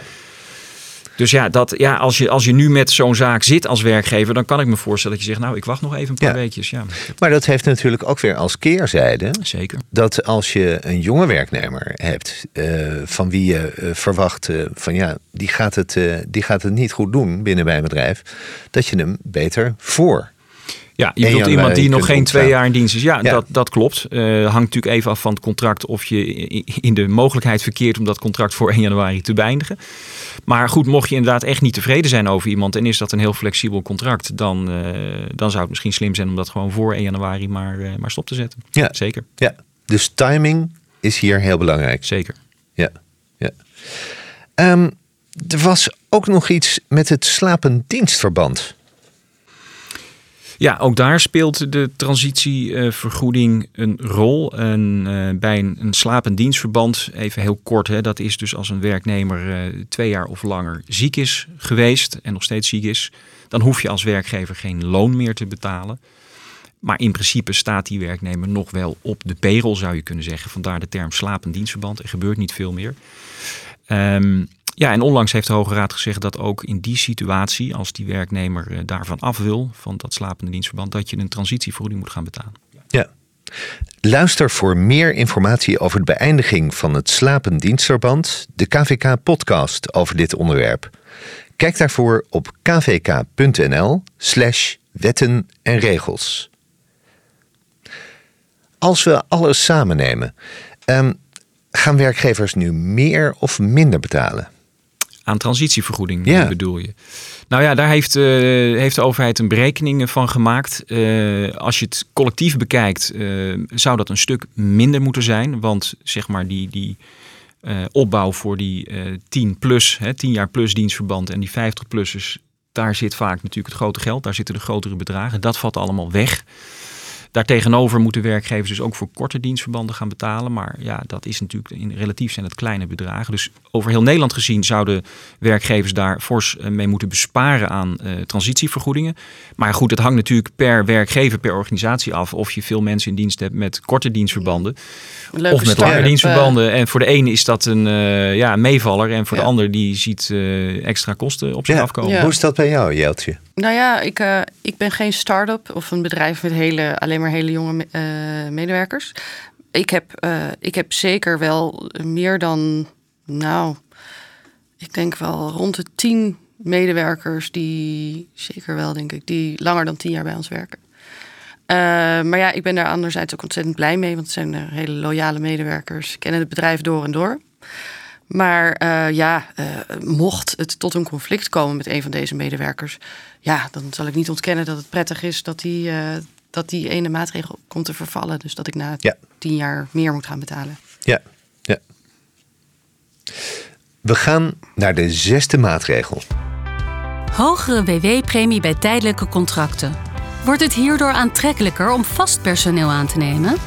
Dus ja, dat, ja als, je, als je nu met zo'n zaak zit als werkgever, dan kan ik me voorstellen dat je zegt, nou, ik wacht nog even een paar ja. weekjes. Ja. Maar dat heeft natuurlijk ook weer als keerzijde. Zeker. Dat als je een jonge werknemer hebt, uh, van wie je uh, verwacht uh, van ja, die gaat, het, uh, die gaat het niet goed doen binnen bij een bedrijf, dat je hem beter voor. Ja, je bedoelt iemand die nog geen ontstaan. twee jaar in dienst is. Ja, ja. Dat, dat klopt. Uh, hangt natuurlijk even af van het contract of je in de mogelijkheid verkeert om dat contract voor één januari te beëindigen. Maar goed, mocht je inderdaad echt niet tevreden zijn over iemand en is dat een heel flexibel contract, dan, uh, dan zou het misschien slim zijn om dat gewoon voor één januari maar, uh, maar stop te zetten. Ja. Zeker. Ja. Dus timing is hier heel belangrijk. Zeker. Ja. Ja. Um, er was ook nog iets met het slapend dienstverband. Ja, ook daar speelt de transitievergoeding een rol. En uh, bij een, een slapend dienstverband, even heel kort, hè, dat is dus als een werknemer uh, twee jaar of langer ziek is geweest en nog steeds ziek is, dan hoef je als werkgever geen loon meer te betalen. Maar in principe staat die werknemer nog wel op de payroll, zou je kunnen zeggen. Vandaar de term slapend dienstverband. Er gebeurt niet veel meer. Um, Ja, en onlangs heeft de Hoge Raad gezegd dat ook in die situatie, als die werknemer uh, daarvan af wil, van dat slapende dienstverband, dat je een transitievergoeding moet gaan betalen. Ja. Luister voor meer informatie over de beëindiging van het slapend dienstverband, de K V K-podcast over dit onderwerp. Kijk daarvoor op kvk.nl slash wetten en regels. Als we alles samen nemen, um, gaan werkgevers nu meer of minder betalen? Aan transitievergoeding ja. bedoel je? Nou ja, daar heeft, uh, heeft de overheid een berekening van gemaakt. Uh, als je het collectief bekijkt, uh, zou dat een stuk minder moeten zijn. Want zeg maar die, die uh, opbouw voor die uh, tien plus, hè, tien jaar plus dienstverband en die vijftig-plussers, daar zit vaak natuurlijk het grote geld. Daar zitten de grotere bedragen. Dat valt allemaal weg. Daartegenover moeten werkgevers dus ook voor korte dienstverbanden gaan betalen. Maar ja, dat is natuurlijk in relatief zijn het kleine bedragen. Dus over heel Nederland gezien zouden werkgevers daar fors mee moeten besparen aan uh, transitievergoedingen. Maar goed, het hangt natuurlijk per werkgever, per organisatie af of je veel mensen in dienst hebt met korte dienstverbanden. Leuke of met lange dienstverbanden. En voor de ene is dat een uh, ja, meevaller. En voor ja. de ander die ziet uh, extra kosten op zich ja. afkomen. Ja. Hoe is dat bij jou, Jeltje? Nou ja, ik, uh, ik ben geen start-up of een bedrijf met hele, alleen maar hele jonge uh, medewerkers. Ik heb, uh, ik heb zeker wel meer dan, nou, ik denk wel rond de tien medewerkers die, zeker wel denk ik, die langer dan tien jaar bij ons werken. Uh, maar ja, ik ben daar anderzijds ook ontzettend blij mee, want het zijn uh, hele loyale medewerkers, kennen het bedrijf door en door. Maar uh, ja, uh, mocht het tot een conflict komen met een van deze medewerkers, ja, dan zal ik niet ontkennen dat het prettig is dat die, uh, dat die ene maatregel komt te vervallen. Dus dat ik na ja. tien jaar meer moet gaan betalen. Ja, ja. We gaan naar de zesde maatregel. Hogere W W-premie bij tijdelijke contracten. Wordt het hierdoor aantrekkelijker om vast personeel aan te nemen?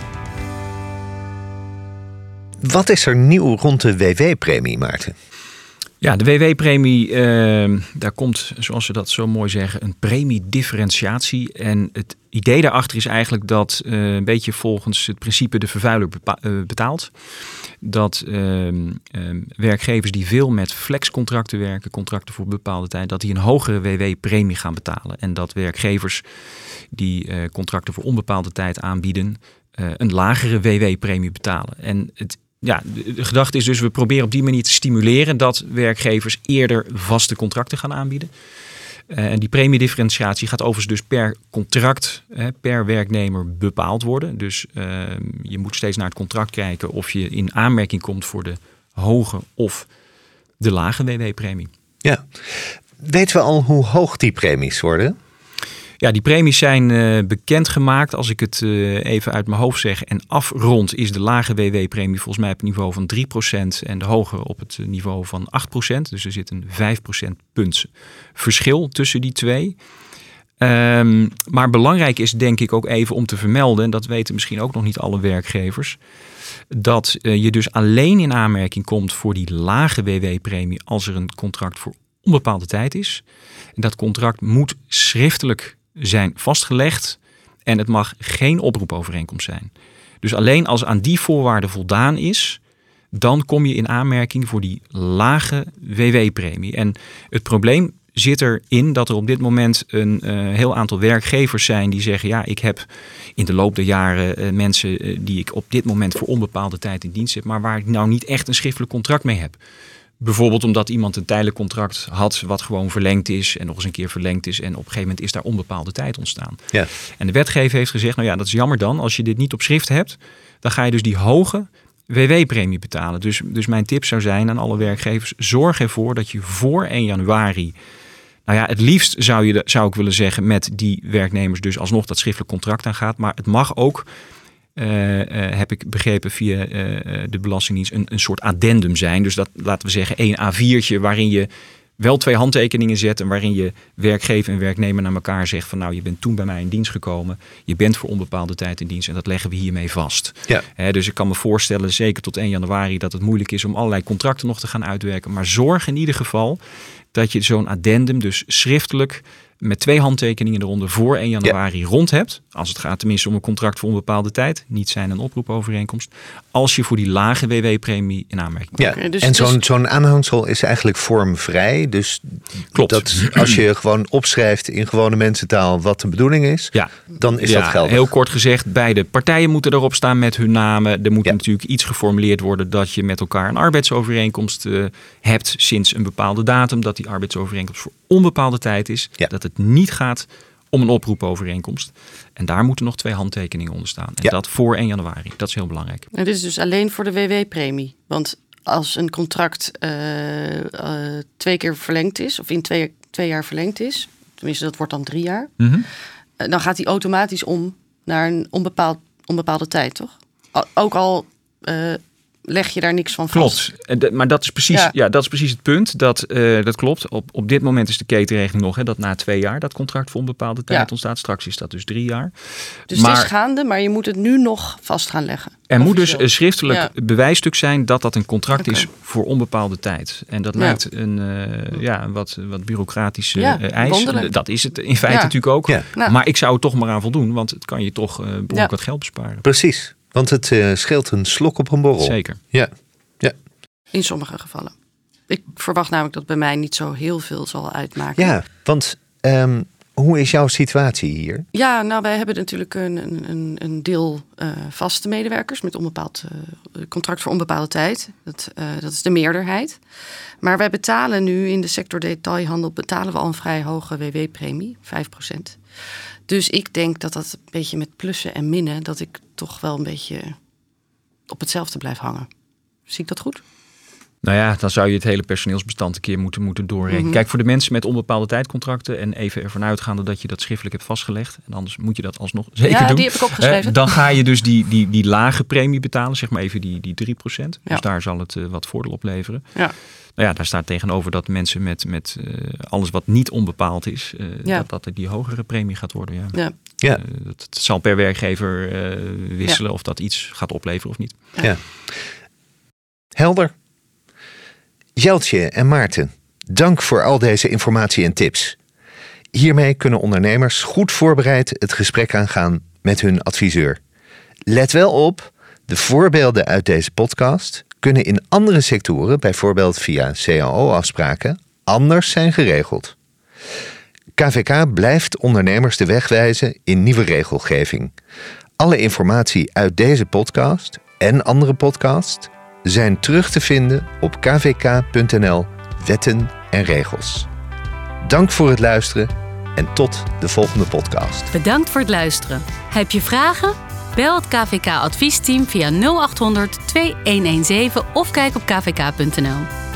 Wat is er nieuw rond de W W-premie, Maarten? Ja, de W W-premie, uh, daar komt, zoals ze dat zo mooi zeggen, een premiedifferentiatie. En het idee daarachter is eigenlijk dat, uh, een beetje volgens het principe de vervuiler bepa- uh, betaalt, dat uh, uh, werkgevers die veel met flexcontracten werken, contracten voor bepaalde tijd, dat die een hogere W W-premie gaan betalen. En dat werkgevers die uh, contracten voor onbepaalde tijd aanbieden, uh, een lagere W W-premie betalen. En het Ja, de, de gedachte is dus, we proberen op die manier te stimuleren dat werkgevers eerder vaste contracten gaan aanbieden. Uh, en die premiedifferentiatie gaat overigens dus per contract, uh, per werknemer bepaald worden. Dus uh, je moet steeds naar het contract kijken of je in aanmerking komt voor de hoge of de lage W W-premie. Ja, weten we al hoe hoog die premies worden? Ja, die premies zijn uh, bekendgemaakt. Als ik het uh, even uit mijn hoofd zeg en afrond, is de lage W W-premie volgens mij op het niveau van drie procent en de hoge op het niveau van acht procent. Dus er zit een vijf procentpunt verschil tussen die twee. Um, maar belangrijk is denk ik ook even om te vermelden, en dat weten misschien ook nog niet alle werkgevers, dat uh, je dus alleen in aanmerking komt voor die lage W W-premie als er een contract voor onbepaalde tijd is. En dat contract moet schriftelijk zijn vastgelegd en het mag geen oproepovereenkomst zijn. Dus alleen als aan die voorwaarden voldaan is, dan kom je in aanmerking voor die lage W W-premie. En het probleem zit erin dat er op dit moment een uh, heel aantal werkgevers zijn die zeggen, ja, ik heb in de loop der jaren uh, mensen uh, die ik op dit moment voor onbepaalde tijd in dienst heb, maar waar ik nou niet echt een schriftelijk contract mee heb. Bijvoorbeeld omdat iemand een tijdelijk contract had wat gewoon verlengd is en nog eens een keer verlengd is en op een gegeven moment is daar onbepaalde tijd ontstaan. Ja. En de wetgever heeft gezegd, nou ja, dat is jammer dan. Als je dit niet op schrift hebt, dan ga je dus die hoge W W-premie betalen. Dus, dus mijn tip zou zijn aan alle werkgevers, zorg ervoor dat je voor één januari, nou ja, het liefst zou, je, zou ik willen zeggen met die werknemers dus alsnog dat schriftelijk contract aangaat, maar het mag ook, Uh, uh, heb ik begrepen via uh, de Belastingdienst, een, een soort addendum zijn. Dus dat, laten we zeggen, één A viertje waarin je wel twee handtekeningen zet en waarin je werkgever en werknemer naar elkaar zegt van nou, je bent toen bij mij in dienst gekomen, je bent voor onbepaalde tijd in dienst en dat leggen we hiermee vast. Ja. He, dus ik kan me voorstellen, zeker tot één januari, dat het moeilijk is om allerlei contracten nog te gaan uitwerken. Maar zorg in ieder geval dat je zo'n addendum dus schriftelijk met twee handtekeningen eronder voor één januari ja. rond hebt. Als het gaat tenminste om een contract voor onbepaalde tijd. Niet zijn een oproepovereenkomst. Als je voor die lage W W-premie in aanmerking komt. Ja, okay, dus, en zo'n, dus... zo'n aanhangsel is eigenlijk vormvrij. Dus klopt. Dat als je gewoon opschrijft in gewone mensentaal wat de bedoeling is, ja. dan is ja, dat geldig. Heel kort gezegd, beide partijen moeten erop staan met hun namen. Er moet ja. natuurlijk iets geformuleerd worden dat je met elkaar een arbeidsovereenkomst uh, hebt sinds een bepaalde datum. Dat die arbeidsovereenkomst voor onbepaalde tijd is. Ja. Dat het niet gaat om een oproepovereenkomst. En daar moeten nog twee handtekeningen onder staan. En ja. dat voor één januari. Dat is heel belangrijk. En dit is dus alleen voor de W W-premie. Want als een contract uh, uh, twee keer verlengd is, of in twee, twee jaar verlengd is, tenminste dat wordt dan drie jaar, mm-hmm. uh, dan gaat die automatisch om naar een onbepaald, onbepaalde tijd, toch? Ook al uh, leg je daar niks van vast. Klopt, en de, maar dat is, precies, ja. Ja, dat is precies het punt. Dat, uh, dat klopt. Op, op dit moment is de ketenregeling nog hè, dat na twee jaar dat contract voor onbepaalde tijd ja. ontstaat. Straks is dat dus drie jaar. Dus maar, het is gaande, maar je moet het nu nog vast gaan leggen. Er moet dus een schriftelijk ja. bewijsstuk zijn dat dat een contract okay. is voor onbepaalde tijd. En dat ja. lijkt een uh, ja, wat, wat bureaucratische ja, uh, eis. Wonderlijk. Dat is het in feite ja. natuurlijk ook. Ja. Ja. Maar ik zou er toch maar aan voldoen, want het kan je toch uh, behoorlijk ja. wat geld besparen. Precies, want het uh, scheelt een slok op een borrel. Zeker. Ja. Ja. In sommige gevallen. Ik verwacht namelijk dat bij mij niet zo heel veel zal uitmaken. Ja, want um, hoe is jouw situatie hier? Ja, nou wij hebben natuurlijk een, een, een deel uh, vaste medewerkers met onbepaald uh, contract voor onbepaalde tijd. Dat, uh, dat is de meerderheid. Maar wij betalen nu in de sector detailhandel betalen we al een vrij hoge W W-premie, vijf procent. Dus ik denk dat dat een beetje met plussen en minnen, dat ik toch wel een beetje op hetzelfde blijf hangen. Zie ik dat goed? Nou ja, dan zou je het hele personeelsbestand een keer moeten, moeten doorrekenen. Mm-hmm. Kijk, voor de mensen met onbepaalde tijdcontracten en even ervan uitgaande dat je dat schriftelijk hebt vastgelegd. En anders moet je dat alsnog zeker ja, doen. Die heb ik opgeschreven. Eh, dan ga je dus die, die, die lage premie betalen, zeg maar even die, die drie procent. Ja. Dus daar zal het uh, wat voordeel opleveren. Ja. Nou ja, daar staat tegenover dat mensen met, met uh, alles wat niet onbepaald is, uh, ja. dat, dat die hogere premie gaat worden. Ja. Ja. Ja. Uh, het, het zal per werkgever uh, wisselen ja. of dat iets gaat opleveren of niet. Ja. Ja. Helder. Jeltje en Maarten, dank voor al deze informatie en tips. Hiermee kunnen ondernemers goed voorbereid het gesprek aangaan met hun adviseur. Let wel op, de voorbeelden uit deze podcast kunnen in andere sectoren, bijvoorbeeld via C A O-afspraken, anders zijn geregeld. K V K blijft ondernemers de weg wijzen in nieuwe regelgeving. Alle informatie uit deze podcast en andere podcasts zijn terug te vinden op k v k punt n l wetten en regels. Dank voor het luisteren en tot de volgende podcast. Bedankt voor het luisteren. Heb je vragen? Bel het K V K-adviesteam via nul acht honderd twee een een zeven of kijk op k v k punt n l.